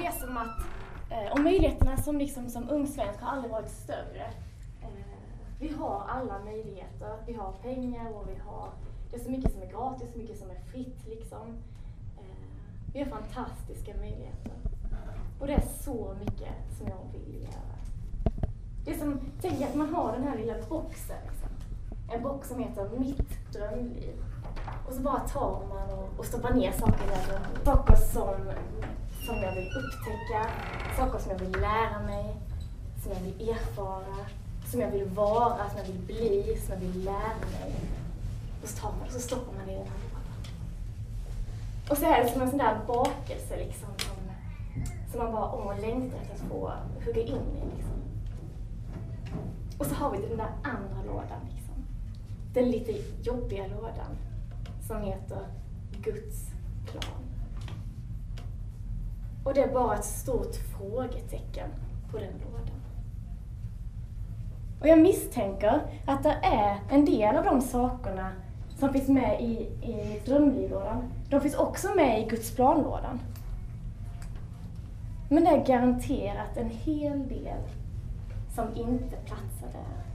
det är som att, och möjligheterna som, liksom, som ung svensk har aldrig varit större. Vi har alla möjligheter, vi har pengar och det är så mycket som är gratis, så mycket som är fritt liksom. Vi har fantastiska möjligheter. Och det är så mycket som jag vill göra. Det är som, tänk att man har den här lilla boxen liksom. En box som heter Mitt drömliv. Och så bara tar man och stoppar ner saker där. Saker som jag vill upptäcka, saker som jag vill lära mig, som jag vill erfara, som jag vill vara, som jag vill bli, som jag vill lära mig. Och så tar man och så stoppar man det i den här lådan. Och så är det som en sån där bakelse liksom, som man bara längtar efter att få hugga in i liksom. Och så har vi den där andra lådan liksom. Den lite jobbiga lådan som heter Guds plan. Och det är bara ett stort frågetecken på den lådan. Och jag misstänker att det är en del av de sakerna som finns med i drömlivlådan. De finns också med i Guds planlådan. Men det är garanterat en hel del som inte platsar där.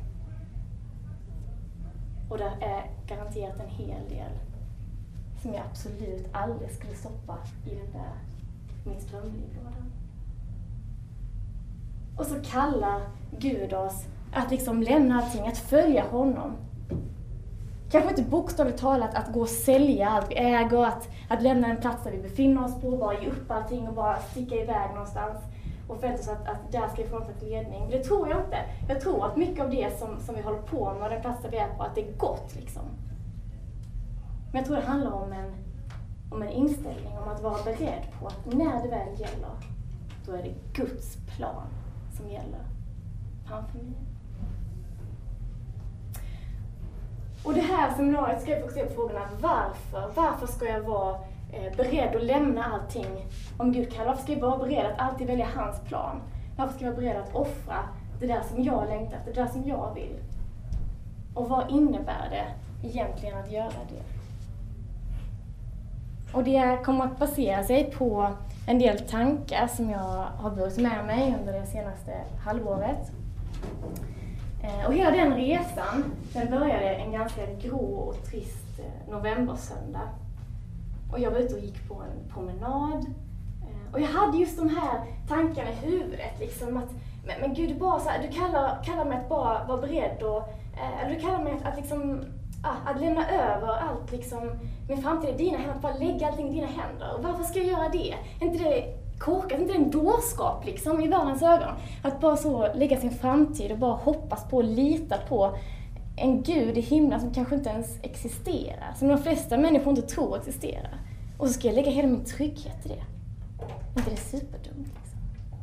Och det är garanterat en hel del som jag absolut aldrig skulle stoppa i den där min drömlivlådan. Och så kallar Gud oss att liksom lämna allting, att följa honom. Kanske inte bokstavligt talat att gå och sälja allt vi äger, att lämna en plats där vi befinner oss på, bara ge upp allting och bara sticka iväg någonstans och förvänta oss att där ska vi få någon slags ledning. Men det tror jag inte. Jag tror att mycket av det som vi håller på med och den platsen vi är på, att det är gott liksom. Men jag tror det handlar om en inställning, om att vara beredd på att när det väl gäller, då är det Guds plan som gäller framför mig. Och det här seminariet ska jag fokusera på frågorna varför ska jag vara beredd att lämna allting om Gud kallar? Varför ska jag vara beredd att alltid välja hans plan? Varför ska jag vara beredd att offra det där som jag längtar efter, det där som jag vill? Och vad innebär det egentligen att göra det? Och det kommer att basera sig på en del tankar som jag har burit med mig under det senaste halvåret. Och hela den resan, den började en ganska grå och trist novembersöndag. Och jag var ute och gick på en promenad. Och jag hade just de här tankarna i huvudet. Liksom att, men Gud, bara så här, du kallar mig att bara vara beredd. Eller du kallar mig att, liksom, att lämna över allt, liksom, min framtid i dina händer. Att bara lägga allting i dina händer. Och varför ska jag göra det? Är inte det korkat? Inte det en dårskap liksom, i världens ögon? Att bara så lägga sin framtid och bara hoppas på och lita på en Gud i himlen som kanske inte ens existerar. Som de flesta människor inte tror existerar. Och så ska jag lägga hela min trygghet i det. Inte det är superdumt liksom.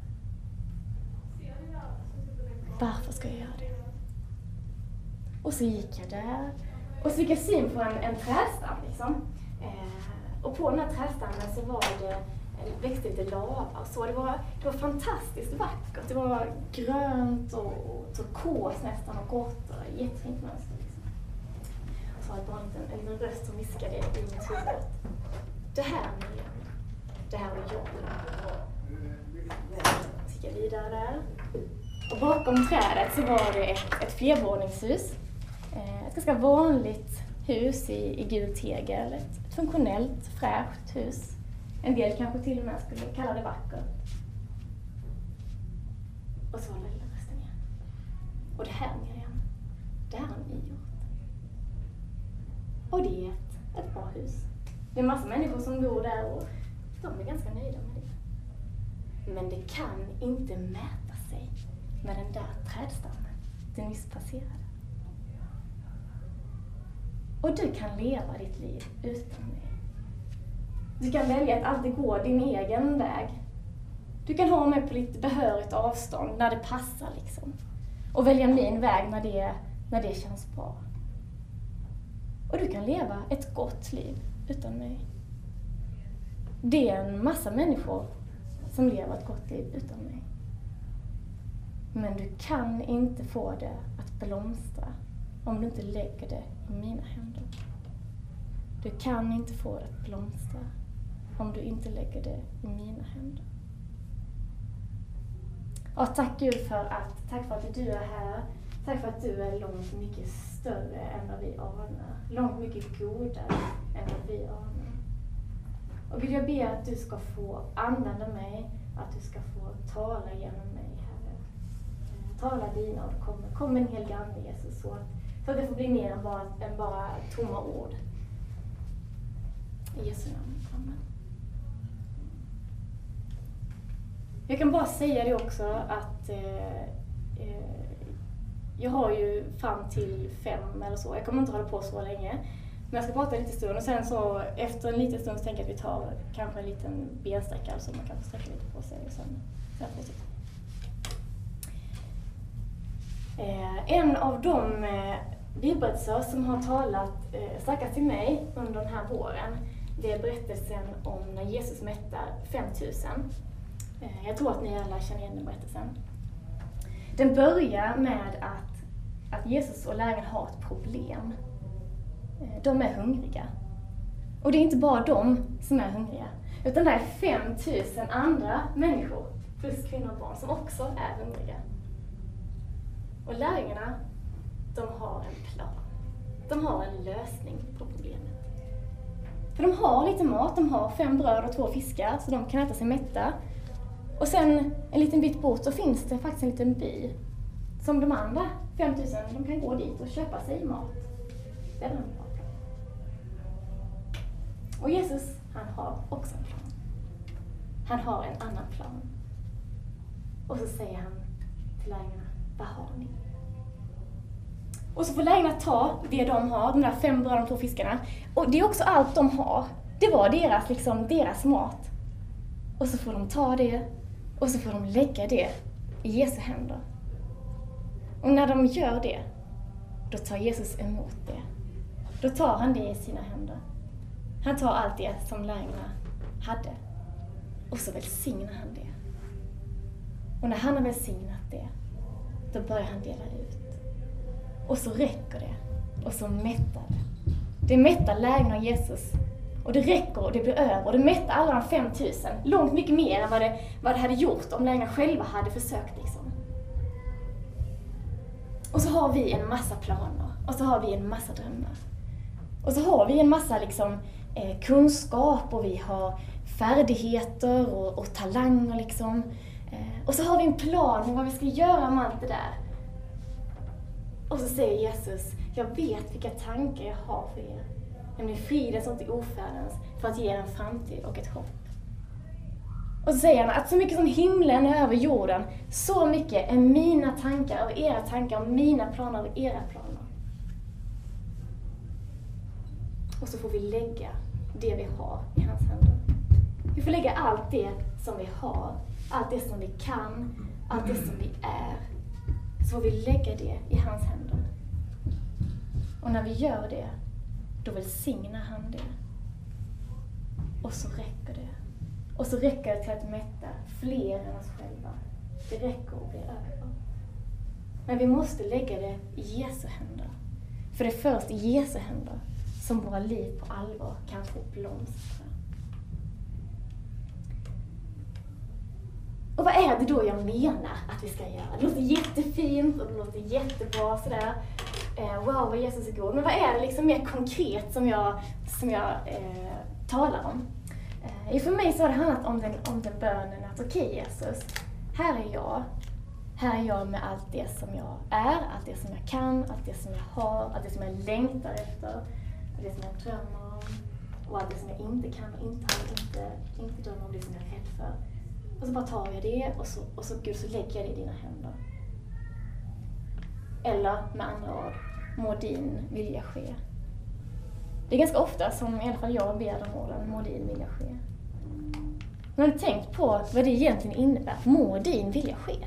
Varför ska jag göra det? Och så gick jag där. Och så fick jag syn på en trädstam liksom. Och på den här trädstammen så var det växte lite lava och så. Det var fantastiskt vackert. Det var grönt och turkos nästan och gott och jättefint mönster liksom. Så var det bara en liten röst som viskade i mitt huvud. Det här Miriam, det här var jobbet. Så gick jag vidare där. Och bakom trädet så var det ett flervåningshus. Ett ganska vanligt hus i gul tegel. Ett funktionellt, fräscht hus. En del kanske till och med skulle kalla det vackert. Och så var den lilla rösten igen. Och det här Miriam, det här har ni gjort. Och det är ett bra hus. Det är en massa människor som bor där och de är ganska nöjda med det. Men det kan inte mäta sig med den där trädstammen du nyss passerade. Och du kan leva ditt liv utan mig. Du kan välja att alltid gå din egen väg. Du kan ha mig på lite behörigt avstånd när det passar liksom. Och välja min väg när det känns bra. Och du kan leva ett gott liv utan mig. Det är en massa människor som lever ett gott liv utan mig. Men du kan inte få det att blomstra om du inte lägger det i mina händer. Du kan inte få det att blomstra om du inte lägger det i mina händer. Ja, tack Gud tack för att du är här. Tack för att du är långt mycket större än vad vi anar. Långt mycket godare än vad vi anar. Och Gud, jag ber att du ska få använda mig, att du ska få tala genom mig, Herre. Tala dina ord, kom med en hel Ande, Jesus, så att det får bli mer än bara tomma ord. I Jesu namn. Amen. Jag kan bara säga det också att jag har ju fram till 5 eller så. Jag kommer inte hålla på så länge. Men jag ska prata en liten stund och sen så efter en liten stund så tänker jag att vi tar kanske en liten bensträcka, alltså man kan sträcka lite på sig och sen fortsätta. En av de bibelberättelser som har talat starkast till mig under den här våren, det är berättelsen om när Jesus mättar 5000. Jag tror att ni alla känner igen den berättelsen. Den börjar med att Jesus och lärjungarna har ett problem. De är hungriga. Och det är inte bara de som är hungriga, utan det är 5000 andra människor, plus kvinnor och barn, som också är hungriga. Och lärjungarna, de har en plan. De har en lösning på problemet. För de har lite mat, de har 5 bröd och 2 fiskar, så de kan äta sig mätta. Och sen en liten bit bort så finns det faktiskt en liten by. Som de andra 5000, de kan gå dit och köpa sig mat. Det är en bra plan. Och Jesus, han har också en plan. Han har en annan plan. Och så säger han till lärjungarna, vad har ni? Och så får lärjungarna ta det de har, de där 5 bröden och 2 fiskarna. Och det är också allt de har. Det var deras mat. Och så får de ta det och så får de lägga det i Jesu händer. Och när de gör det, då tar Jesus emot det. Då tar han det i sina händer. Han tar allt det som lärjungarna hade. Och så välsignar han det. Och när han har välsignat det, då börjar han dela ut. Och så räcker det. Och så mättar det. Det mättar lärjungarna Jesus. Och det räcker och det blir över. Och det mättar alla de 5000. Långt mycket mer än vad det hade gjort om lärjungarna själva hade försökt liksom. Och så har vi en massa planer. Och så har vi en massa drömmar. Och så har vi en massa liksom, kunskap och vi har färdigheter och talanger liksom. Och så har vi en plan om vad vi ska göra med allt det där. Och så säger Jesus, jag vet vilka tankar jag har för er. Nämligen fridens och inte ofärdens, för att ge er en framtid och ett hopp. Och så säger han att så mycket som himlen är över jorden, så mycket är mina tankar över era tankar och mina planer över era planer. Och så får vi lägga det vi har i hans händer. Vi får lägga allt det som vi har, allt det som vi kan, allt det som vi är. Så får vi lägga det i hans händer. Och när vi gör det, då välsignar han det. Och så räcker det. Och så räcker det till att mätta fler än oss själva. Det räcker och blir över. Men vi måste lägga det i Jesu händer. För det är först i Jesu händer som våra liv på allvar kan få blomstra. Och vad är det då jag menar att vi ska göra? Det låter jättefint och det låter jättebra sådär. Wow, vad Jesus är god. Men vad är det liksom mer konkret som jag talar om? För mig så har det handlat om den bönen att okej, Jesus, här är jag med allt det som jag är, allt det som jag kan, allt det som jag har, allt det som jag längtar efter, allt det som jag drömmer om och allt det som jag inte kan och inte drömmer om, det som jag är rädd för. Och så bara tar jag det och så Gud, så lägger jag det i dina händer. Eller med andra ord, må din vilja ske. Det är ganska ofta som i alla fall jag ber de orden, må din vilja ske. Men har tänkt på vad det egentligen innebär, må din vilja ske.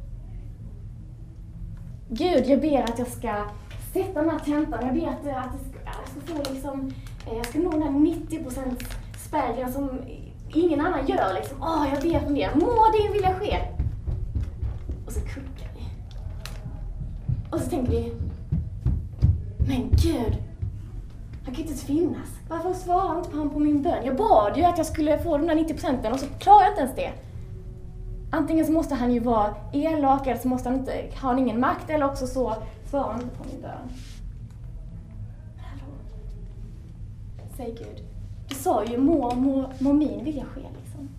Gud, jag ber att jag ska sätta den här tentan, jag ber att jag ska få liksom, jag ska nå den här 90% spärren som ingen annan gör liksom. Jag ber för mer, må din vilja ske. Och så kuckar vi. Och så tänker vi, men Gud, han kan inte ens finnas. Varför svarar inte han på min bön? Jag bad ju att jag skulle få de där 90% och så klarar jag inte ens det. Antingen så måste han ju vara elak, eller så måste han inte ha ingen makt, eller också så svarar han inte på min bön. Hallå. Säg Gud. Du sa ju må min vilja ske liksom.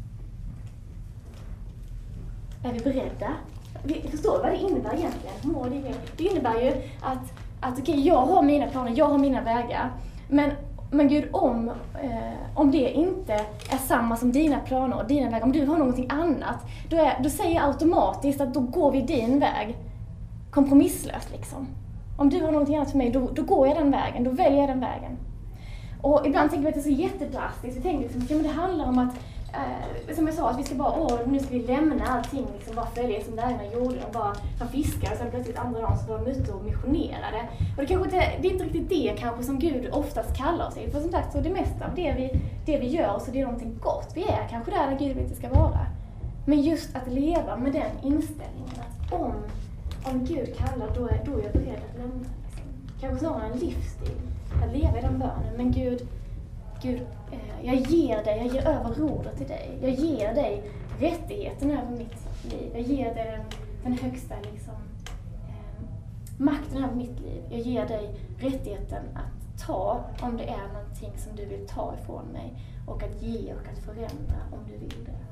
Är vi beredda? Vi förstår vad det innebär egentligen. Må det vilja. Det innebär ju att okej, jag har mina planer, jag har mina vägar. Men Gud, om det inte är samma som dina planer och dina vägar, om du har någonting annat, då säger jag automatiskt att då går vi din väg. Kompromisslöst liksom. Om du har någonting annat för mig, då går jag den vägen, då väljer jag den vägen. Och ibland tänker vi att det är så jättedrastiskt. Vi tänker liksom, men det handlar om att, som jag sa, att vi ska bara, nu ska vi lämna allting, liksom bara följa som lärarna gjorde. De fiskar och sen plötsligt andra dagen så var de ute och missionerade. Och det är inte riktigt det kanske som Gud oftast kallar oss till. För som sagt, så det mesta av det vi gör, så det är någonting gott. Vi är kanske där Gud vill att det ska vara. Men just att leva med den inställningen att om Gud kallar, då är jag beredd att lämna. Liksom. Kanske snarare en livsstil. Att leva i den bönen. Men Gud, jag ger över rodret till dig. Jag ger dig rättigheten över mitt liv. Jag ger dig den högsta liksom, makten över mitt liv. Jag ger dig rättigheten att ta om det är någonting som du vill ta ifrån mig. Och att ge och att förändra om du vill det.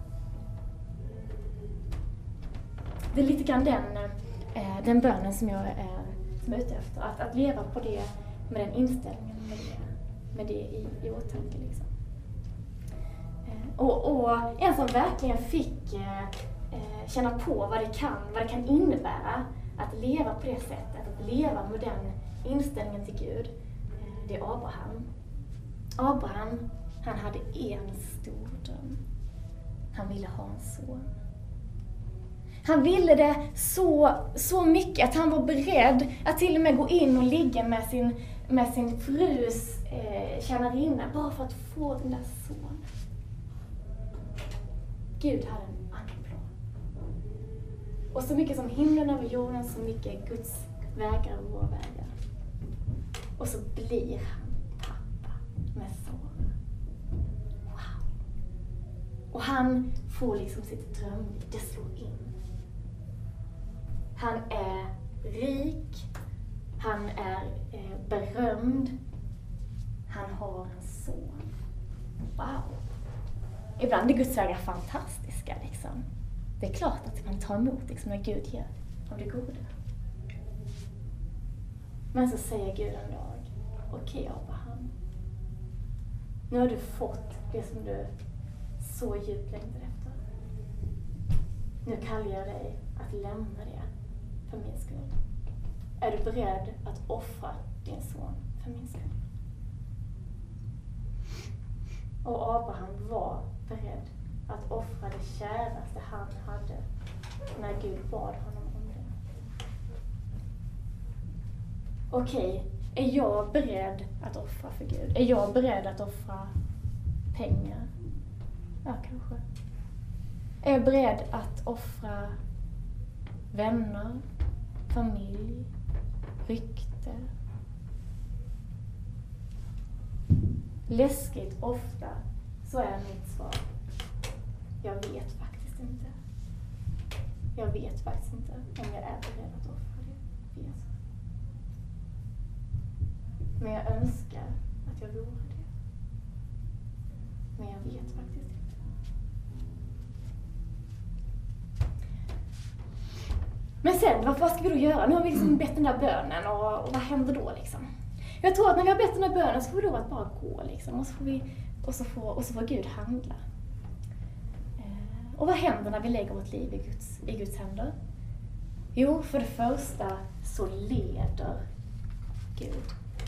Det är lite grann den bönen som jag är ute efter. Att leva på det med den inställningen, med det i åtanke liksom. Och en som verkligen fick känna på vad det kan innebära att leva på det sättet, att leva med den inställningen till Gud, det är Abraham. Abraham, han hade en stor dröm. Han ville ha en son. Han ville det så mycket att han var beredd att till och med gå in och ligga med sin frus tjänarinna bara för att få den där sonen. Gud hade en annan plan. Och så mycket som himlen över jorden, så mycket Guds vägar och våra vägar. Och så blir han pappa med Sara. Wow. Och han får liksom sitt drömliv, det slår in. Han är rik, han är berömd, han har en son. Wow! Ibland är Guds vägar fantastiska liksom. Det är klart att man tar emot liksom, när Gud ger av det goda. Men så säger Gud en dag, okej Abraham, nu har du fått det som du så djupt längtar efter. Nu kallar jag dig att lämna det för min skull. Är du beredd att offra din son för min skull? Och Abraham var beredd att offra det käraste han hade när Gud bad honom om det. Okej, är jag beredd att offra för Gud? Är jag beredd att offra pengar? Ja, kanske. Är jag beredd att offra vänner, familj, rykte? Läskigt ofta så är mitt svar: jag vet faktiskt inte. Jag vet faktiskt inte om jag är beredd att offra det för Jesus. Men jag önskar att jag vore det. Men jag vet faktiskt inte. Men sen, vad ska vi då göra? Nu har vi liksom bett den där bönen och vad händer då liksom? Jag tror att när vi har bett den där bönen så får vi då att bara gå liksom. Och så får Gud handla. Och vad händer när vi lägger vårt liv i Guds händer? Jo, för det första så leder Gud.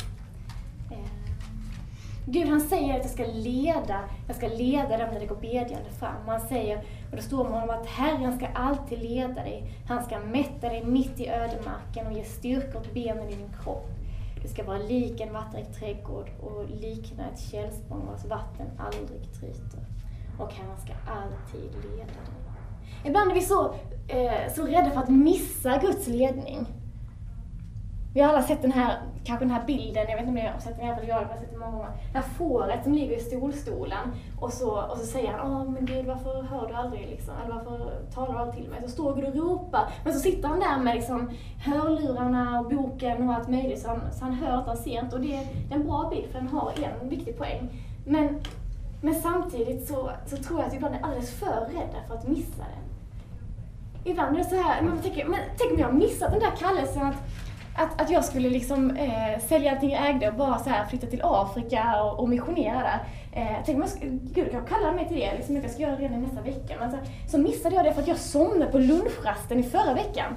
Gud, han säger att jag ska leda dem när det går bedjande fram. Han säger, och det står om honom, att Herren ska alltid leda dig. Han ska mätta dig mitt i ödemarken och ge styrka åt benen i din kropp. Du ska vara lik en vattenrik trädgård och likna ett källsprång vars vatten aldrig tryter. Och Herren ska alltid leda dig. Ibland är vi så rädda för att missa Guds ledning. Vi har alla sett kanske den här bilden, jag vet inte om ni har sett den, jag har sett den många gånger. Det här fåret som ligger i solstolen och så säger han, men Gud, varför hör du aldrig liksom? Eller varför talar du aldrig till mig? Så står Gud och ropar, men så sitter han där med liksom hörlurarna och boken och allt möjligt, så han hör att han ser inte. Och det är en bra bild, för den har en viktig poäng. Men samtidigt så tror jag att vi ibland är alldeles för rädda för att missa det. Ibland är det så här, man tänker, men tänk om jag har missat den där kallelsen att jag skulle liksom sälja allting jag ägde och bara så här flytta till Afrika och missionera där. Tänk om Gud kan kalla mig till det, liksom, att jag ska göra det redan nästa vecka. Men så missade jag det för att jag somnade på lunchrasten i förra veckan.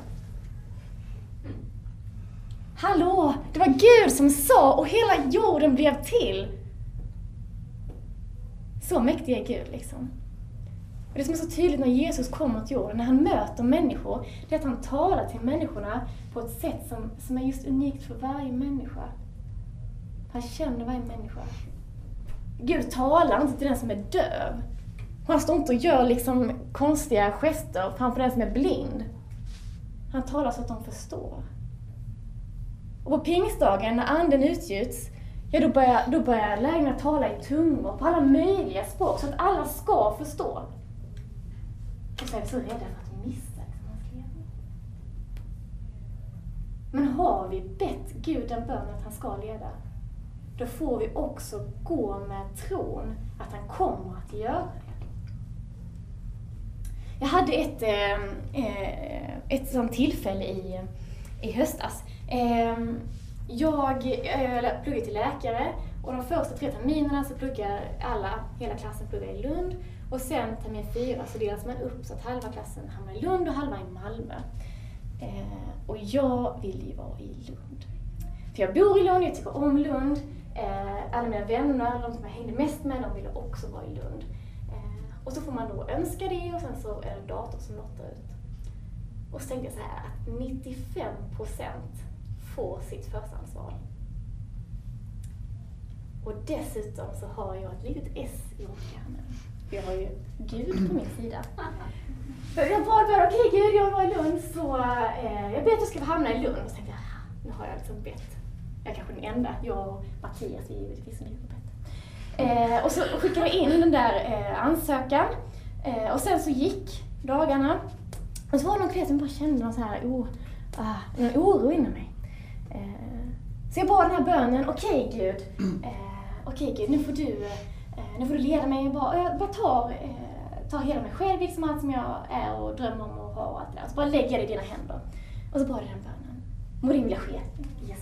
Hallå, det var Gud som sa och hela jorden blev till. Så mäktig är Gud liksom. Och det som är så tydligt när Jesus kommer till jorden, när han möter människor, det är att han talar till människorna på ett sätt som är just unikt för varje människa. Han känner varje människa. Gud talar inte till den som är döv. Han står inte och gör liksom konstiga gester framför den som är blind. Han talar så att de förstår. Och på pingstdagen, när anden utgjuts, ja, då börjar lägarna tala i tungor på alla möjliga språk så att alla ska förstå. Och så är vi så rädda för att missa hans ledning. Men har vi bett Gud den bönen att han ska leda, då får vi också gå med tron att han kommer att göra det. Jag hade ett sånt tillfälle i höstas. Jag pluggade till läkare och de första 3 terminerna så pluggar hela klassen pluggar i Lund. Och sen termin 4 så delas man upp så att halva klassen hamnar i Lund och halva i Malmö. Och jag vill ju vara i Lund. För jag bor i Lund, jag tycker om Lund. Alla mina vänner, de som jag hängde mest med, de ville också vara i Lund. Och så får man då önska det och sen så är det en dator som lottar ut. Och så tänkte jag så här att 95% får sitt förstahandsval. Och dessutom så har jag ett litet S i rockärmen. Jag har ju Gud på min sida. Jag bad okej Gud, jag var i Lund så jag ber att jag ska få hamna i Lund. Och så tänkte jag, nu har jag liksom bett. Jag är kanske den enda, jag och Mattias är givetvis som inte bett. Och så skickade jag in den där ansökan. Och sen så gick dagarna. Och så var det någon kväll som bara kände någon så här en oro inom mig. Så jag bad den här bönen, okej Gud, nu får du leda mig. Jag bara tar hela mig själv, liksom allt som jag är och drömmer om att ha och allt det där. Så bara lägger jag det i dina händer. Och så bad jag den bönen. Må din vilja ske. Yes.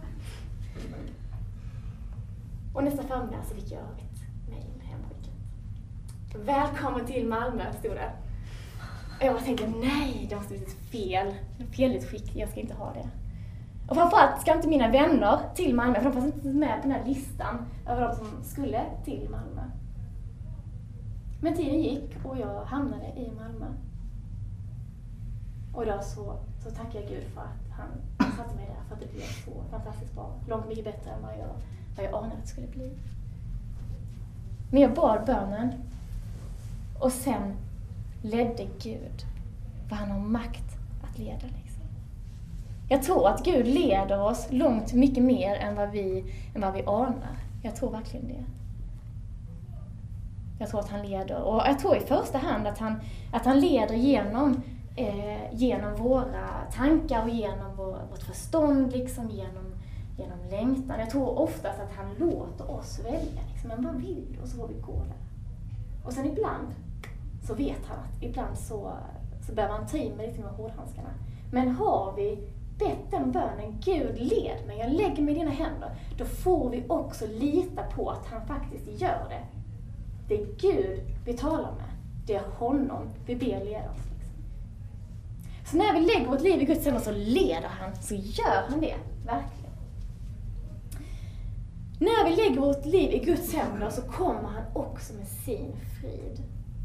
Och nästa förmiddag så fick jag ett mejl hemskickat. Välkommen till Malmö, stod det. Och jag bara tänkte, nej, det måste bli ett feligt skick, jag ska inte ha det. Och framförallt ska inte mina vänner till Malmö, för de fanns inte med på den här listan över de som skulle till Malmö. Men tiden gick och jag hamnade i Malmö. Och då så tackar jag Gud för att han satte mig där, för att det blev så fantastiskt bra. Långt mycket bättre än vad jag anade att det skulle bli. Men jag bad bönen och sen ledde Gud, för han har makt att leda liksom. Jag tror att Gud leder oss långt mycket mer än vad vi anar. Jag tror verkligen det. Jag tror att han leder, och jag tror i första hand att han leder genom våra tankar och genom vårt förstånd, liksom, genom längtan. Jag tror oftast att han låter oss välja, liksom, men vad vill du? Och så får vi gå där. Och sen ibland så vet han att ibland så behöver han ta in med lite med hårdhandskarna. Men har vi bett den bönen, Gud led mig, jag lägger mig i dina händer, då får vi också lita på att han faktiskt gör det. Det är Gud vi talar med. Det är honom vi ber leda oss. Liksom. Så när vi lägger vårt liv i Guds händer så leder han, så gör han det, verkligen. När vi lägger vårt liv i Guds händer så kommer han också med sin frid.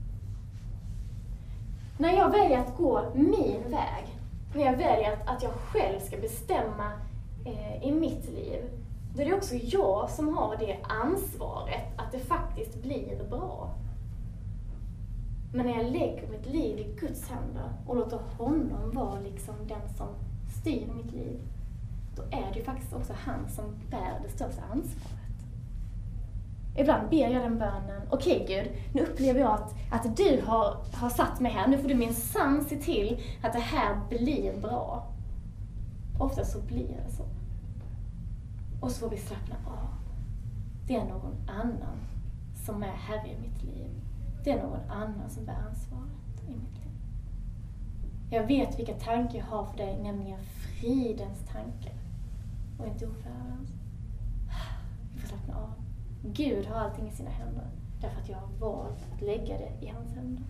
När jag väljer att gå min väg, när jag väljer att jag själv ska bestämma i mitt liv, då är det också jag som har det ansvaret att det faktiskt blir bra. Men när jag lägger mitt liv i Guds händer och låter honom vara liksom den som styr mitt liv, då är det ju faktiskt också han som bär det största ansvaret. Ibland ber jag den bönen, okej Gud, nu upplever jag att du har satt mig här, nu får du minsann se till att det här blir bra. Ofta så blir det så. Och så får vi slappna av. Det är någon annan som är herre i mitt liv. Det är någon annan som bär ansvaret i mitt liv. Jag vet vilka tankar jag har för dig, nämligen fridens tankar. Och inte ofärdens. Vi får slappna av. Gud har allting i sina händer. Därför att jag har valt att lägga det i hans händer.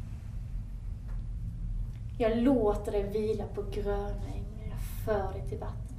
Jag låter dig vila på gröna ängar. Jag för dig till vatten.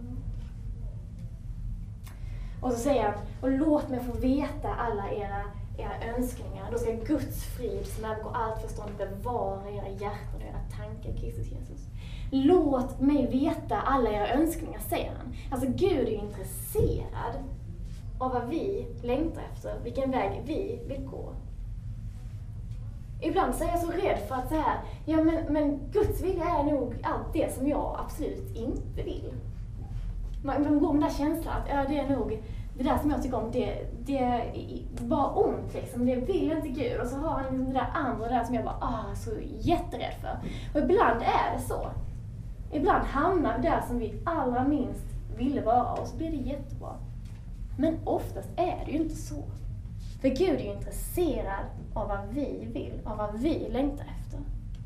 Och så säger han, och låt mig få veta alla era önskningar. Då ska Guds frid som övergår allt förstånd bevara era hjärtan och era tankar i Kristus Jesus. Låt mig veta alla era önskningar, säger han. Alltså Gud är intresserad av vad vi längtar efter, vilken väg vi vill gå. Ibland så är jag så rädd för att så här, ja men Guds vilja är nog allt det som jag absolut inte vill. Man går med den där känslan att ja, det är nog det där som jag tycker om, det är bara ont liksom, det vill inte Gud. Och så har han det där andra där som jag bara så jätterädd för. Och ibland är det så. Ibland hamnar vi där som vi allra minst ville vara och så blir det jättebra. Men oftast är det ju inte så. För Gud är ju intresserad av vad vi vill, av vad vi längtar efter.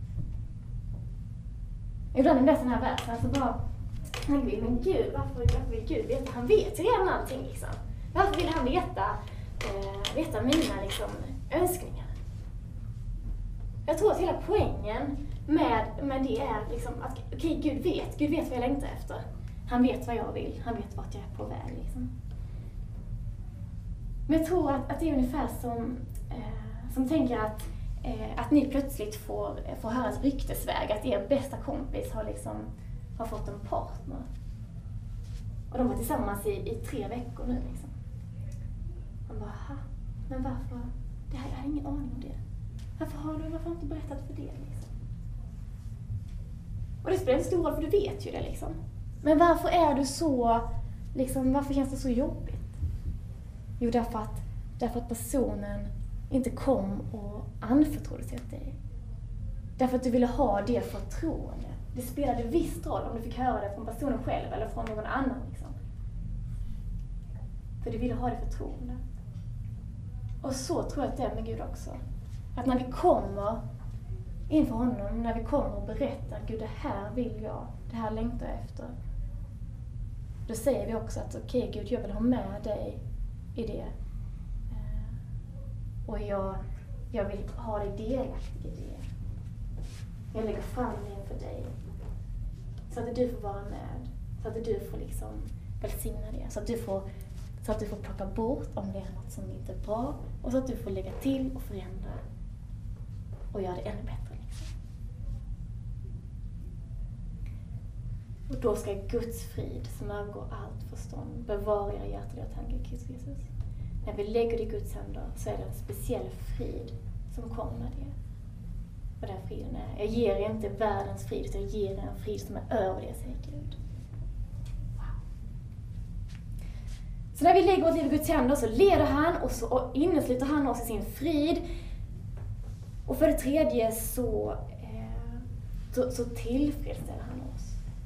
Ibland är det sån här versen, alltså bara men Gud, varför vill Gud veta? Han vet ju redan allting liksom. Varför vill han veta mina liksom, önskningar? Jag tror att hela poängen med det är liksom att okej, Gud vet vad jag längtar efter. Han vet vad jag vill, han vet vart jag är på väg liksom. Men jag tror att det är ungefär som tänker att ni plötsligt får höra ett ryktesväg att er bästa kompis har fått en partner. Och de var tillsammans i 3 veckor nu liksom. Man bara, men varför? Jag hade ingen aning om det. Varför har du inte berättat för det liksom? Och det spelar inte stor roll för du vet ju det liksom. Men varför är du så, liksom, varför känns det så jobbigt? Jo, därför att personen inte kom och anförtrodde sig åt dig. Därför att du ville ha det förtroende. Det spelade visst roll om du fick höra det från personen själv eller från någon annan. Liksom. För du ville ha det förtroende. Och så tror jag att det är med Gud också. Att när vi kommer inför honom, när vi kommer och berättar Gud, det här vill jag, det här längtar jag efter. Då säger vi också att okej, Gud, jag vill ha med dig i det. Och jag vill ha dig delaktig i det. Jag lägger fram det inför dig. Så att du får vara med. Så att du får liksom välsigna det. Så att du får plocka bort om det är något som inte är bra. Och så att du får lägga till och förändra. Och göra det ännu bättre. Liksom. Och då ska Guds frid som övergår allt förstånd bevara era hjärtan och tankar i Kristus Jesus. När vi lägger det i Guds händer så är det en speciell frid som kommer med det. Och den friden är, jag ger er inte världens frid, utan jag ger er en frid som är över det, säger Gud. Wow. Så när vi lägger vårt liv i Guds händer så leder han och innesluter han oss i sin frid. Och för det tredje så tillfredsställer han oss.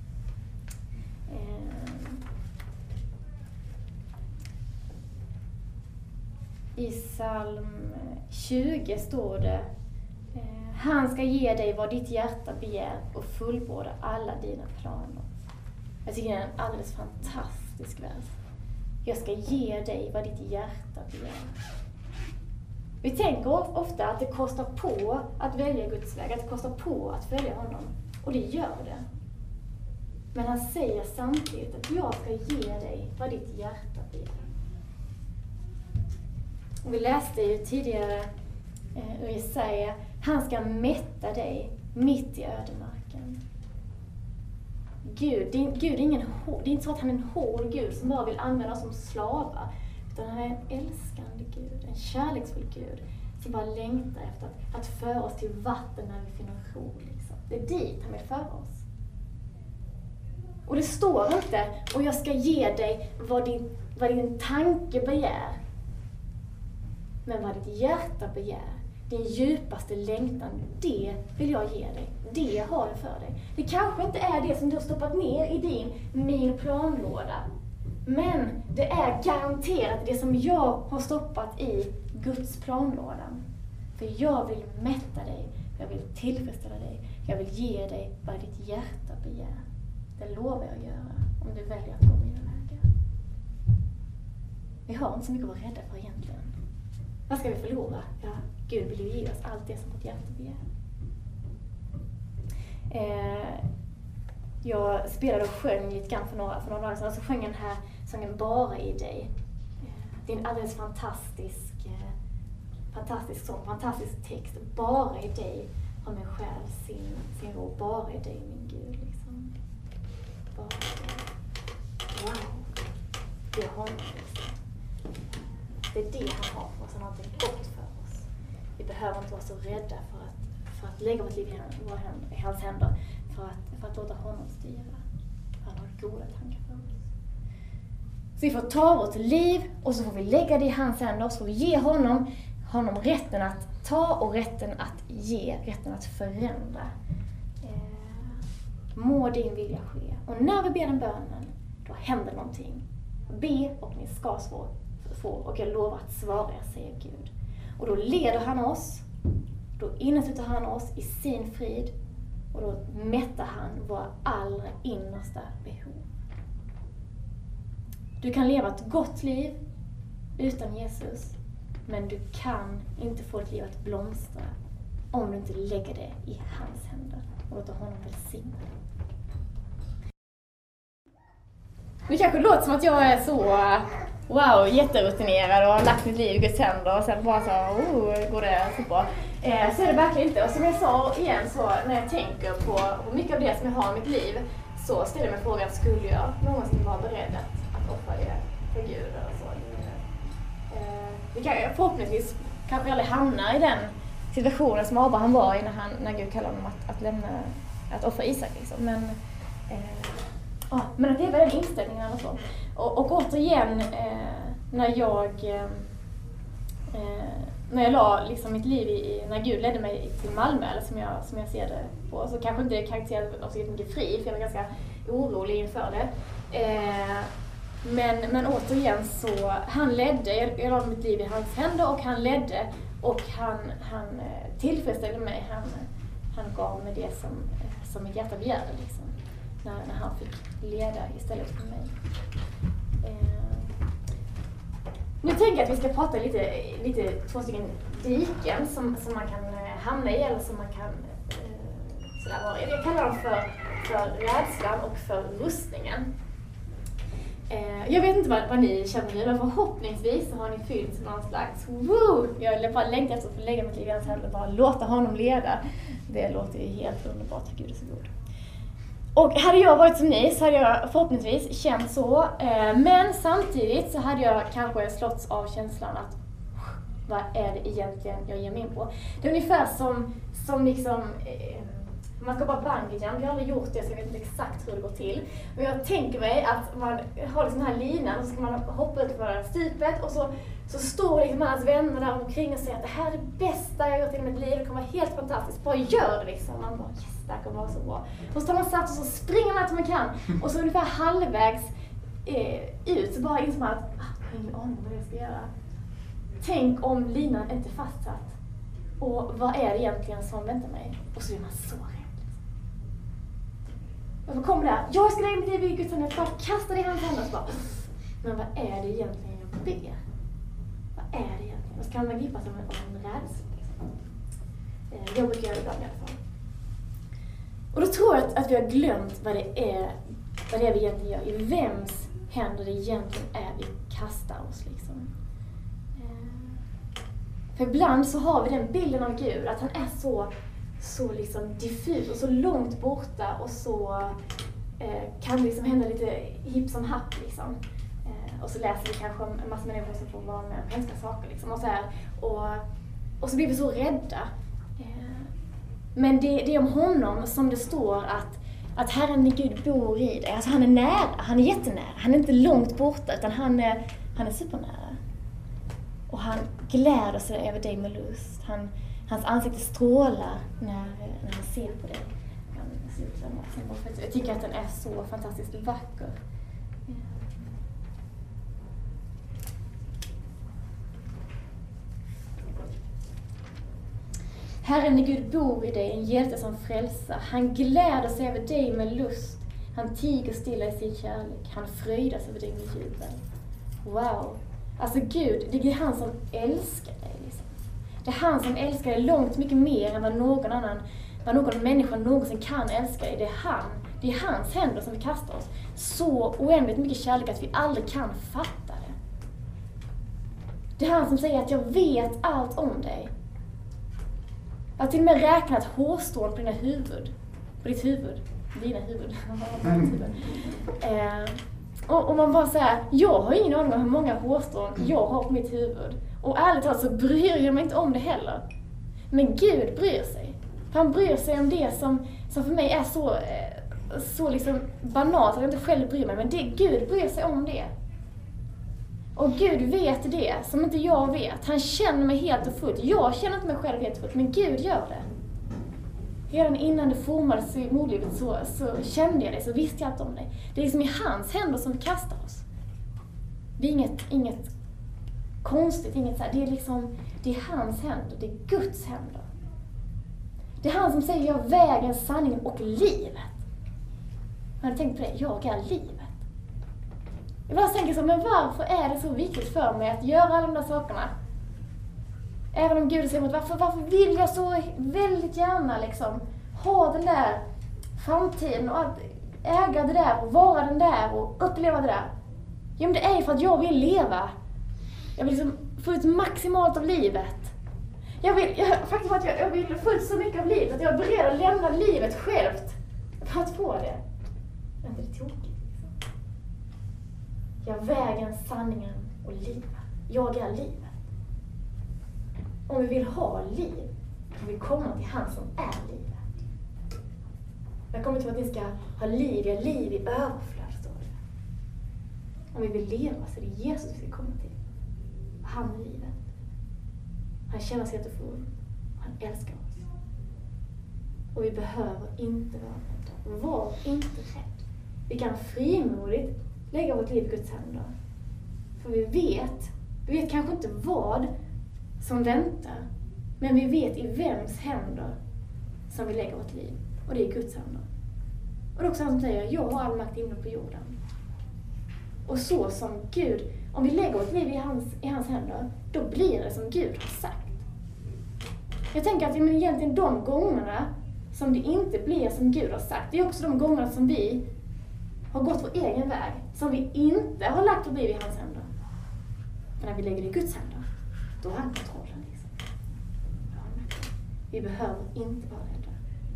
I psalm 20 står det: han ska ge dig vad ditt hjärta begär och fullborda alla dina planer. Jag tycker det är en alldeles fantastisk vers. Jag ska ge dig vad ditt hjärta begär. Vi tänker ofta att det kostar på att välja Guds väg, att det kostar på att följa honom. Och det gör det. Men han säger samtidigt att jag ska ge dig vad ditt hjärta begär. Och vi läste ju tidigare ur Jesaja, han ska mätta dig mitt i ödemarken. Gud är det är inte så att han är en hård Gud som bara vill använda oss som slavar. Utan han är en älskande Gud, en kärleksfull Gud som bara längtar efter att föra oss till vatten när vi finner ro. Liksom. Det är dit han vill föra oss. Och det står inte, och jag ska ge dig vad din tanke begär. Men vad ditt hjärta begär, din djupaste längtan, det vill jag ge dig. Det har jag för dig. Det kanske inte är det som du har stoppat ner i min planlåda. Men det är garanterat det som jag har stoppat i Guds planlådan. För jag vill mätta dig, jag vill tillfredsställa dig, jag vill ge dig vad ditt hjärta begär. Det lovar jag att göra om du väljer att gå mina vägar. Vi har inte så mycket att vara rädda för egentligen. Vad ska vi förlora? Ja, Gud vill ju ge oss allt det som vårt hjärta begär. Jag spelade och sjöng lite grann för några dagar sedan. Så sjöng den här sången Bara i dig. Det är en alldeles fantastisk sång, fantastisk text. Bara i dig har min själ sin ro. Bara i dig, min Gud. Liksom. Bara i dig. Wow. Det är honom. Liksom. Det är det han har för oss. Han har någonting gott för oss. Vi behöver inte vara så rädda för att lägga vårt liv i hans händer. För att låta honom styra. Han har goda tankar för oss. Så vi får ta vårt liv och så får vi lägga det i hans händer. Och så får vi ge honom rätten att ta och rätten att ge. Rätten att förändra. Må din vilja ske. Och när vi ber den bönen, då händer någonting. Be och ni ska få. Och jag lovar att svara, säger Gud. Och då leder han oss. Då innesluter han oss i sin frid. Och då mättar han våra allra innersta behov. Du kan leva ett gott liv utan Jesus. Men du kan inte få ett liv att blomstra om du inte lägger det i hans händer. Och låter honom välsigna. Det kanske låter som att jag är så jätterutinerad och har lagt mitt liv i Guds händer och sen bara så, går det så bra. Så är det verkligen inte. Och som jag sa igen, så när jag tänker på mycket av det som jag har i mitt liv, så ställer jag mig frågan, skulle jag någonsin vara beredd att offra det för Gud eller så? Det kan jag förhoppningsvis kanske aldrig hamna i den situationen som Abraham var i när Gud kallade honom att offra Isak liksom. Men att det är väl den inställningen eller så. Och återigen, när jag la liksom mitt liv när Gud ledde mig till Malmö, eller som jag ser det på, så kanske inte det karaktäriserade så mycket fri, för jag var ganska orolig inför det. Men återigen så, han ledde, jag la mitt liv i hans händer och han ledde och han tillfredsställde mig, han gav mig det som mitt hjärta begärde liksom. När han fick leda istället för mig. Nu tänker jag att vi ska prata lite 2 stycken diken som man kan hamna i eller som man kan sådär vara i. Jag kallar dem för rädslan och för rustningen. Jag vet inte vad ni känner nu, men förhoppningsvis så har ni fyllt någon slags jag bara längtar efter att få lägga mitt liv i hans händer och bara låta honom leda. Det låter ju helt underbart, Gud är så god. Och hade jag varit som ni så hade jag förhoppningsvis känt så. Men samtidigt så hade jag kanske slåtts av känslan att vad är det egentligen jag ger mig in på? Det är ungefär som liksom, man ska bara bungyjump. Jag har aldrig gjort det så jag vet inte exakt hur det går till. Men jag tänker mig att man har liksom den här linan och så ska man hoppa ut på stupet och så står liksom hans vänner där omkring och säger att det här är det bästa jag har gjort i mitt liv. Det kommer vara helt fantastiskt. Bara gör det liksom. Man bara yes, det här kommer vara så bra. Och så tar man sats och så springer man att man kan. Och så ungefär halvvägs ut så bara inser man att jag har ingen aning vad jag ska göra. Tänk om linan inte är fastsatt. Och vad är det egentligen som väntar mig? Och så är man så rädd. Och så kommer det, jag ska lägga mitt liv i Guds händer, jag bara kastar det i hans händer och så bara, men vad är det egentligen jag ber? Vad är det egentligen? Och så kan man gripas av en rädsla. Jag brukar göra det ibland i alla fall. Och då tror jag att vi har glömt vad det är vi egentligen gör. I vems händer det egentligen är vi kastar oss liksom. För ibland så har vi den bilden av Gud, att han är så liksom diffus och så långt borta och så kan det liksom hända lite hipp som happ liksom. Och så läser vi kanske en massa människor som får vara med om hemska saker liksom och så här. Och så blir vi så rädda. Men det är om honom som det står att Herren din Gud bor i dig. Alltså han är nära, han är jättenära. Han är inte långt borta, utan han är supernära. Och han gläder sig över dig med lust. Hans ansikte strålar när han ser på dig. Jag tycker att den är så fantastiskt vacker. Herren din Gud bor i dig, en hjälte som frälsar. Han gläder sig över dig med lust. Han tiger stilla i sin kärlek. Han fröjdas över dig med jubel. Wow! Alltså Gud, det är han som älskar dig. Liksom. Det är han som älskar dig långt mycket mer än vad någon människa någonsin kan älska dig. Det är hans händer som vi kastar oss. Så oändligt mycket kärlek att vi aldrig kan fatta det. Det är han som säger att jag vet allt om dig. Jag har till och med räknat hårstrån på dina huvud. På ditt huvud. Dina huvud. Och man bara säger, jag har ingen aning om hur många hårstrån jag har på mitt huvud. Och ärligt talat så bryr jag mig inte om det heller. Men Gud bryr sig. Han bryr sig om det som för mig är så liksom banalt att jag inte själv bryr mig. Men Gud bryr sig om det. Och Gud vet det som inte jag vet. Han känner mig helt och fullt. Jag känner inte mig själv helt och fullt, men Gud gör det. Redan innan det formades i moderlivet så kände jag det, så visste jag allt om dig. Det är liksom i hans händer som vi kastar oss. Det är inget konstigt, inget så här. Det är hans händer, det är Guds händer. Det är han som säger, jag är vägen, sanningen och livet. Jag hade tänkt på det, jag är livet. Jag bara tänker så, men varför är det så viktigt för mig att göra alla de där sakerna? Även om Gud säger, varför vill jag så väldigt gärna liksom ha den där framtiden och att äga det där och vara den där och uppleva det där? Jo, men det är för att jag vill leva. Jag vill liksom få ut maximalt av livet. Jag vill få ut så mycket av livet att jag är beredd att lämna livet självt för att få det. Är inte det tokigt? Jag är vägen, sanningen och livet. Jag är livet. Om vi vill ha liv, kan vi komma till han som är livet. Jag kommer till att ni ska ha liv i överflöd, står det. Om vi vill leva så är det Jesus vi ska komma till. Han är livet. Han känner sig jättefull. Han älskar oss. Och vi behöver inte vara rädda. Var inte rädd. Vi kan frimodigt lägga vårt liv i Guds händer. För vi vet kanske inte vad som väntar. Men vi vet i vems händer som vi lägger vårt liv. Och det är Guds händer. Och det är också han som säger, jag har all makt inne på jorden. Och så som Gud, om vi lägger vårt liv i hans händer, då blir det som Gud har sagt. Jag tänker att egentligen de gångerna som det inte blir som Gud har sagt, det är också de gångerna som vi har gått vår egen väg. Som vi inte har lagt vårt liv i hans händer. Men när vi lägger det i Guds händer, då har han kontrollen. Liksom. Vi behöver inte vara rädda.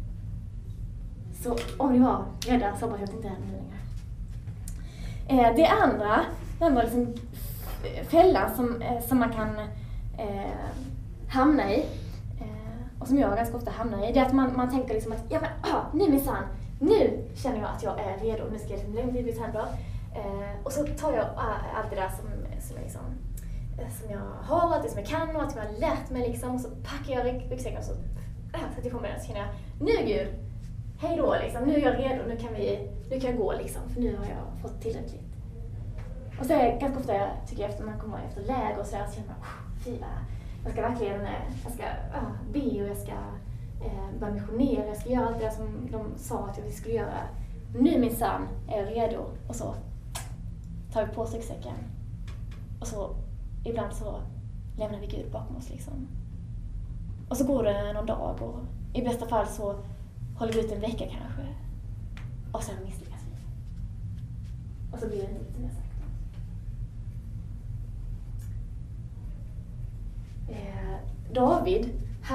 Så om ni var rädda så hoppas jag att det inte är nu längre. Det andra liksom fällan som man kan hamna i, och som jag ganska ofta hamnar i, det är att man tänker liksom att nu minsann, nu känner jag att jag är redo, nu ska jag liksom lämna livet händer. Och så tar jag allt det där som jag har, allt det som jag kan och allt som jag har lärt mig liksom, och så packar jag ryggsäcken och så sätter jag på mig den och så känner jag, nu Gud, hej då liksom, nu är jag redo, nu kan jag gå liksom, för nu har jag fått tillräckligt. Och så är det ganska ofta, tycker jag, efter man kommer efter läger och så känner man, fy jag ska verkligen, jag ska be och jag ska börja missionera, jag ska göra allt det som de sa att jag skulle göra. Nu minsann är jag redo, och så tar vi på ryggsäcken. Och så ibland så lämnar vi Gud bakom oss liksom. Och så går det någon dag och i bästa fall så håller vi ut en vecka kanske. Och sen misslyckas vi. Och så blir det inte som jag sagt. David,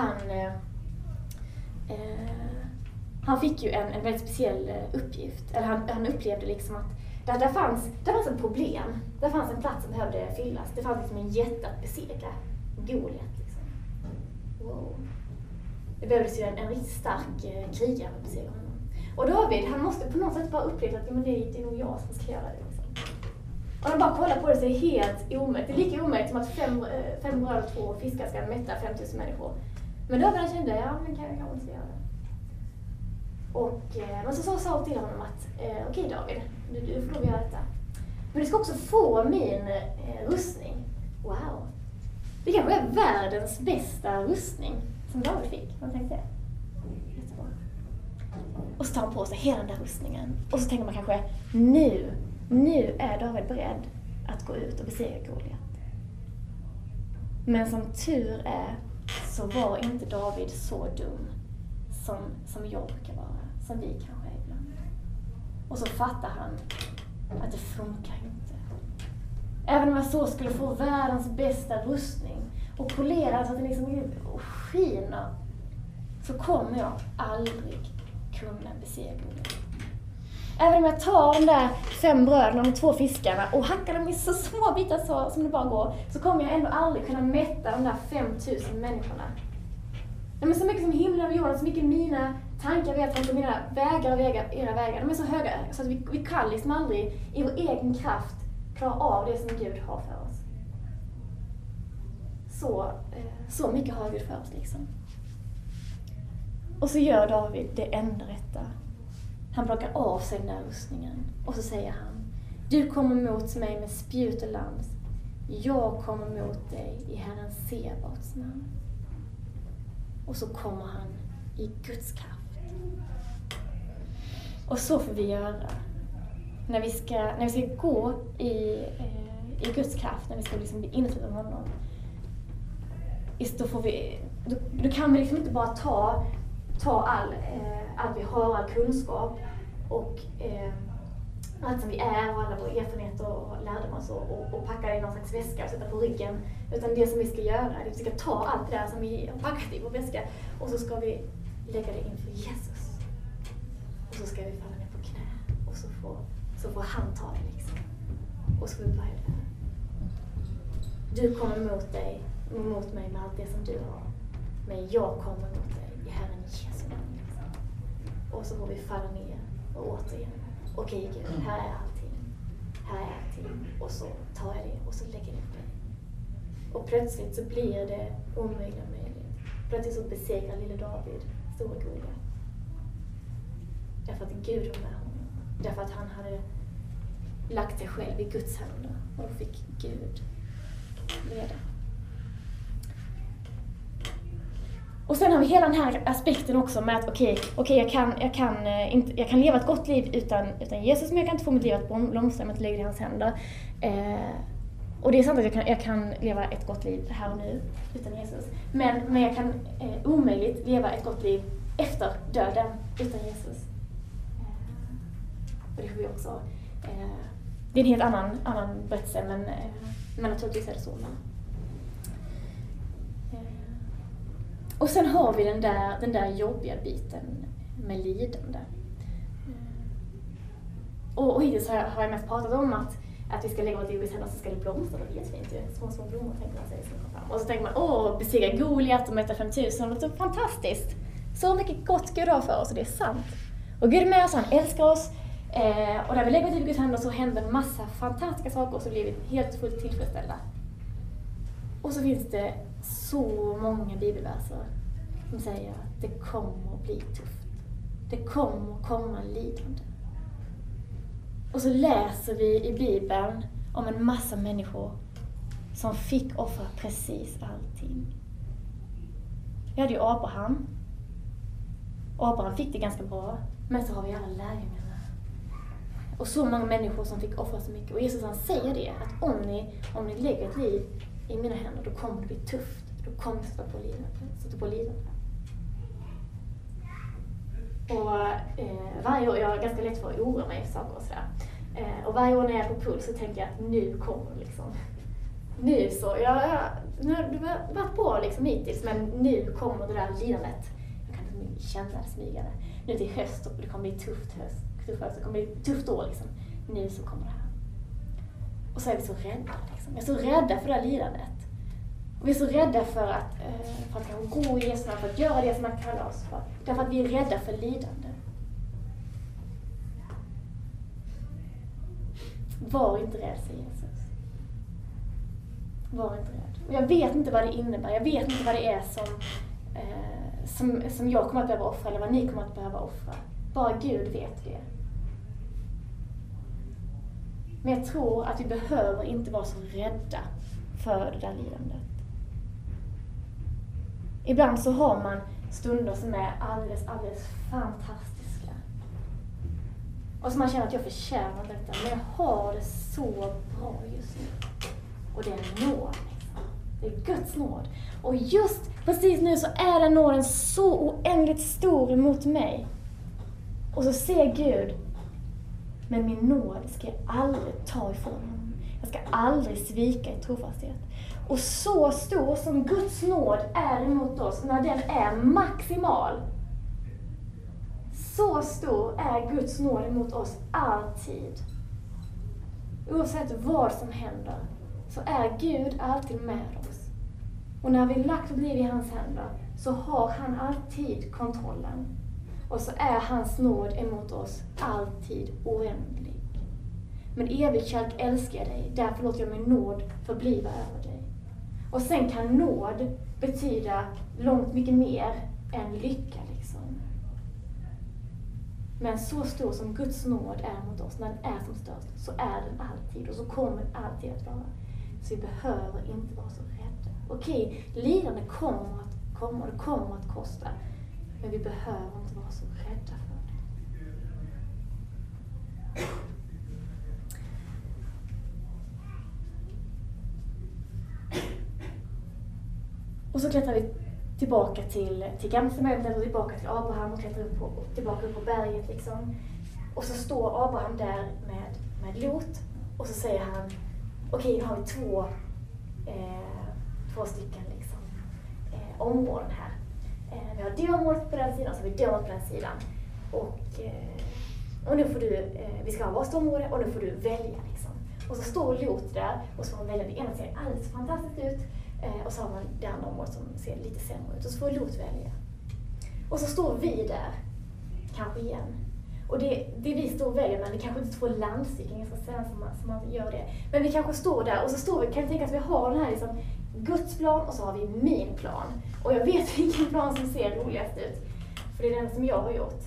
han fick ju en väldigt speciell uppgift. Eller han upplevde liksom att där fanns ett problem. Där fanns en plats som behövde fyllas. Det fanns liksom en jätte att besegra. Goliat liksom. Wow. Det behövdes ju en riktigt stark krigare att besegra honom. Och David, han måste på något sätt bara uppleva att men det är nog jag som ska göra det. Liksom. Och när man bara kollar på det så är det helt omöjligt. Det är lika omöjligt som att fem bröd och 2 fiskar ska mätta 5000 människor. Men David han kände, men kan jag inte göra det. Och men så sa Saul till honom att okej David, du får lov att göra detta. Men du ska också få min rustning. Wow. Det kanske är världens bästa rustning som David fick. Man tänkte det. Jättebra. Och så tar han på sig hela den där rustningen. Och så tänker man kanske, nu är David beredd att gå ut och besegra Goliat. Men som tur är så var inte David så dum som jag brukar vara. Som vi kanske är ibland. Och så fattar han att det funkar inte. Även om jag så skulle få världens bästa rustning och polera så att den liksom skiner, så kommer jag aldrig kunna besegra Goliat. Även om jag tar de där 5 bröden och de 2 fiskarna och hackar dem i så små bitar så, som det bara går, så kommer jag ändå aldrig kunna mätta de där 5000 människorna. Men så mycket som himlen och jorden, så mycket mina tankar vet inte, mina vägar och era vägar, de är så höga så att vi kan liksom aldrig i vår egen kraft klara av det som Gud har för oss. Så mycket har Gud för oss liksom. Och så gör David det enda rätta. Han plockar av sig den där rustningen och så säger han: du kommer mot mig med spjut och lans. Jag kommer mot dig i Herren Sebaots namn. Och så kommer han i Guds kraft. Och så får vi göra. När vi ska gå i Guds kraft, när vi ska liksom bli inslutna av honom. Då kan vi liksom inte bara ta allt vi har, all kunskap och allt som vi är och alla våra erfarenheter och lärdomar och packa det i någon slags väska och sätta på ryggen. Utan det som vi ska göra är att vi ska ta allt det där som vi har packat i vår väska och så ska vi lägga det inför Jesus. Och så ska vi falla ner på knä och så får han ta det liksom. Och så får vi börja där. Du kommer mot mig med allt det som du har. Men jag kommer mot dig i Herren Jesu namn. Liksom. Och så får vi falla ner och återigen. Okej Gud, här är allting. Här är allting. Och så tar jag det och så lägger jag det på dig. Och plötsligt så blir det omöjligt möjligt. Plötsligt så besegrar lille David stora Goliat. Därför att Gud var med honom. Därför att han hade lagt sig själv i Guds händer. Och då fick Gud leda. Och sen har vi hela den här aspekten också med att okej, jag kan leva ett gott liv utan Jesus, men jag kan inte få mitt liv att blomstra om jag inte lägger det i hans händer. Och det är sant att jag kan leva ett gott liv här och nu utan Jesus. Men jag kan omöjligt leva ett gott liv efter döden utan Jesus. Och det får vi också. Det är en helt annan berättelse, men naturligtvis är det så. Och sen har vi den där jobbiga biten med lidande. Och hittills har jag mest pratat om att vi ska lägga vårt liv i händer så ska det blomstra. Det är jättefint ju. Små blommor tänker man sig. Och så tänker man, besegra Goliat och mätta 5000. Det är fantastiskt. Så mycket gott Gud har för oss och det är sant. Och Gud är med oss, han älskar oss. Och när vi lägger vårt liv i Guds händer så händer en massa fantastiska saker och så blir vi helt fullt tillfredsställda. Och så finns det så många bibelverser som säger att det kommer att bli tufft. Det kommer att komma lidande. Och så läser vi i Bibeln om en massa människor som fick offra precis allting. Vi hade ju Abraham. Abraham fick det ganska bra, men så har vi alla lärjungarna. Och så många människor som fick offra så mycket. Och Jesus han säger det, att om ni lägger ett liv i mina händer, då kommer det bli tufft. Då kommer jag sätta på lidande. Och varje år, jag har ganska lätt för att oroa mig för saker och sådär. Och varje år när jag är på puls så tänker jag att nu kommer liksom. Nu så, nu har det varit bra liksom hittills, men nu kommer det där lidandet. Jag kan inte känna det smygande. Nu är det höst och det kommer bli tufft höst. Det kommer bli tufft år liksom. Nu så kommer det här. Och så är vi så rädda liksom. Jag är så rädda för det här lidandet. Och vi är så rädda för att gå i Jesu namn, för att göra det som han kallar oss för. Därför att vi är rädda för lidande. var inte rädd, säger Jesus. Var inte rädd. Och jag vet inte vad det innebär. Jag vet inte vad det är som jag kommer att behöva offra eller vad ni kommer att behöva offra. Bara Gud vet det. Men jag tror att vi behöver inte vara så rädda för det där lidandet. Ibland så har man stunder som är alldeles fantastiska. Och så man känner att jag förtjänar detta. Men jag har det så bra just nu. Och det är nåd liksom. Det är Guds nåd. Och just precis nu så är den nåden så oändligt stor emot mig. Och så ser Gud, men min nåd ska jag aldrig ta ifrån honom. Jag ska aldrig svika i trofasthet. Och så stor som Guds nåd är emot oss när den är maximal. Så stor är Guds nåd emot oss alltid. Oavsett vad som händer så är Gud alltid med oss. Och när vi lagt vårt liv i hans händer så har han alltid kontrollen. Och så är hans nåd emot oss alltid oändlig. Men evig kärlek älskar jag dig, därför låter jag min nåd förbliva över dig. Och sen kan nåd betyda långt mycket mer än lycka liksom. Men så stor som Guds nåd är mot oss, när den är som störst, så är den alltid och så kommer den alltid att vara. Så vi behöver inte vara så rädda. Okej, lidande kommer att komma och det kommer att kosta. Men vi behöver inte vara så rädda för det. Och så klättrar vi tillbaka till Gamla testamentet, tillbaka till Abraham och klättrar tillbaka upp på berget liksom. Och så står Abraham där med Lot och så säger han, okej, nu har vi två stycken liksom, områden här. Vi har det området på den sidan och så har vi det området på den sidan. Och nu får du, vi ska ha varsitt område och nu får du välja liksom. Och så står Lot där och så får man välja. Det ena ser alldeles fantastiskt ut och så har man det andra området som ser lite sämre ut. Och så får Lot välja. Och så står vi där, kanske igen. Och det vi står och väljer, men det kanske inte två landstycken, jag ska säga som man gör det. Men vi kanske står där och så står vi, kan vi tänka att vi har den här liksom, Guds plan och så har vi min plan. Och jag vet vilken plan som ser roligast ut. För det är den som jag har gjort.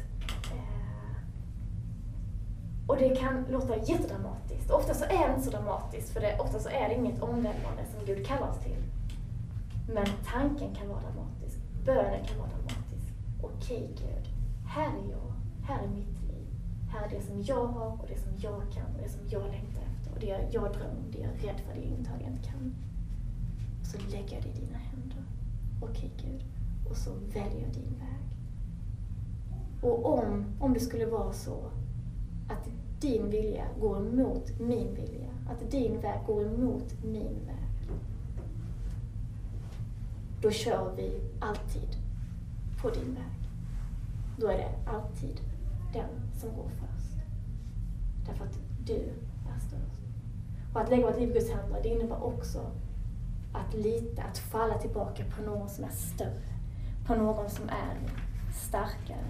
Och det kan låta jättedramatiskt. Ofta så är det inte så dramatiskt. För ofta så är det inget omvälvande som Gud kallar oss till. Men tanken kan vara dramatisk. Bönen kan vara dramatisk. Okej Gud, här är jag. Här är mitt liv. Här är det som jag har och det som jag kan och det som jag längtar efter. Och det jag drömmer om, det jag är rädd för, det är inget jag inte kan. Så lägger jag det i dina händer. Okej Gud. Och så väljer jag din väg. Och om det skulle vara så att din vilja går emot min vilja. Att din väg går emot min väg. Då kör vi alltid på din väg. Då är det alltid den som går först. Därför att du är störst. Och att lägga vårt liv i Guds händer, det innebär också att lita, att falla tillbaka på någon som är större. På någon som är starkare.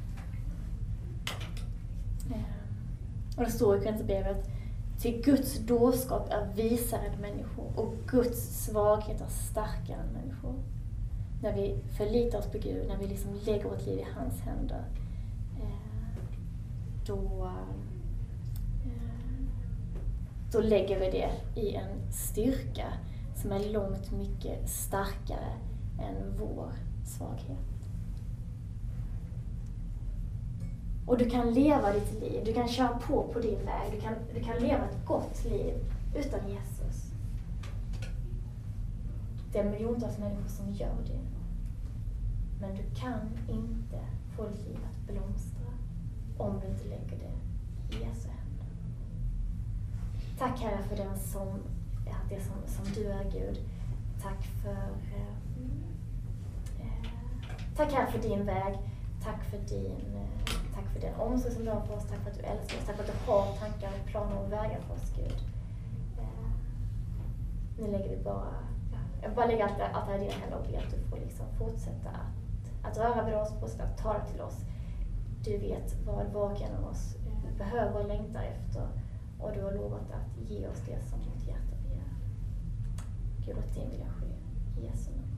Och det står i Korinthierbrevet, till Guds dårskap är visare än människor och Guds svaghet är starkare än människor. När vi förlitar oss på Gud, när vi liksom lägger vårt liv i hans händer, då lägger vi det i en styrka som är långt mycket starkare än vår svaghet. Och du kan leva ditt liv, du kan köra på din väg, du kan leva ett gott liv utan Jesus. Det är miljontals människor som gör det. Men du kan inte få ditt liv att blomstra om du inte lägger det i Jesu händer. Tack Herre för det som du är Gud. Tack Herre för din väg. Tack för den omsorg som du har för oss. Tack för att du älskar oss. Tack för att du har tankar och planer och vägar för oss, Gud. Nu lägger vi jag bara lägger allt det här i dina händer och ber att du får liksom fortsätta att röra vid oss, fortsätta att tala till oss. Du vet vad var och en av oss behöver och längtar efter. Och du har lovat att ge oss det som vårt hjärta begär. Gud, låt din vilja ske i Jesu namn.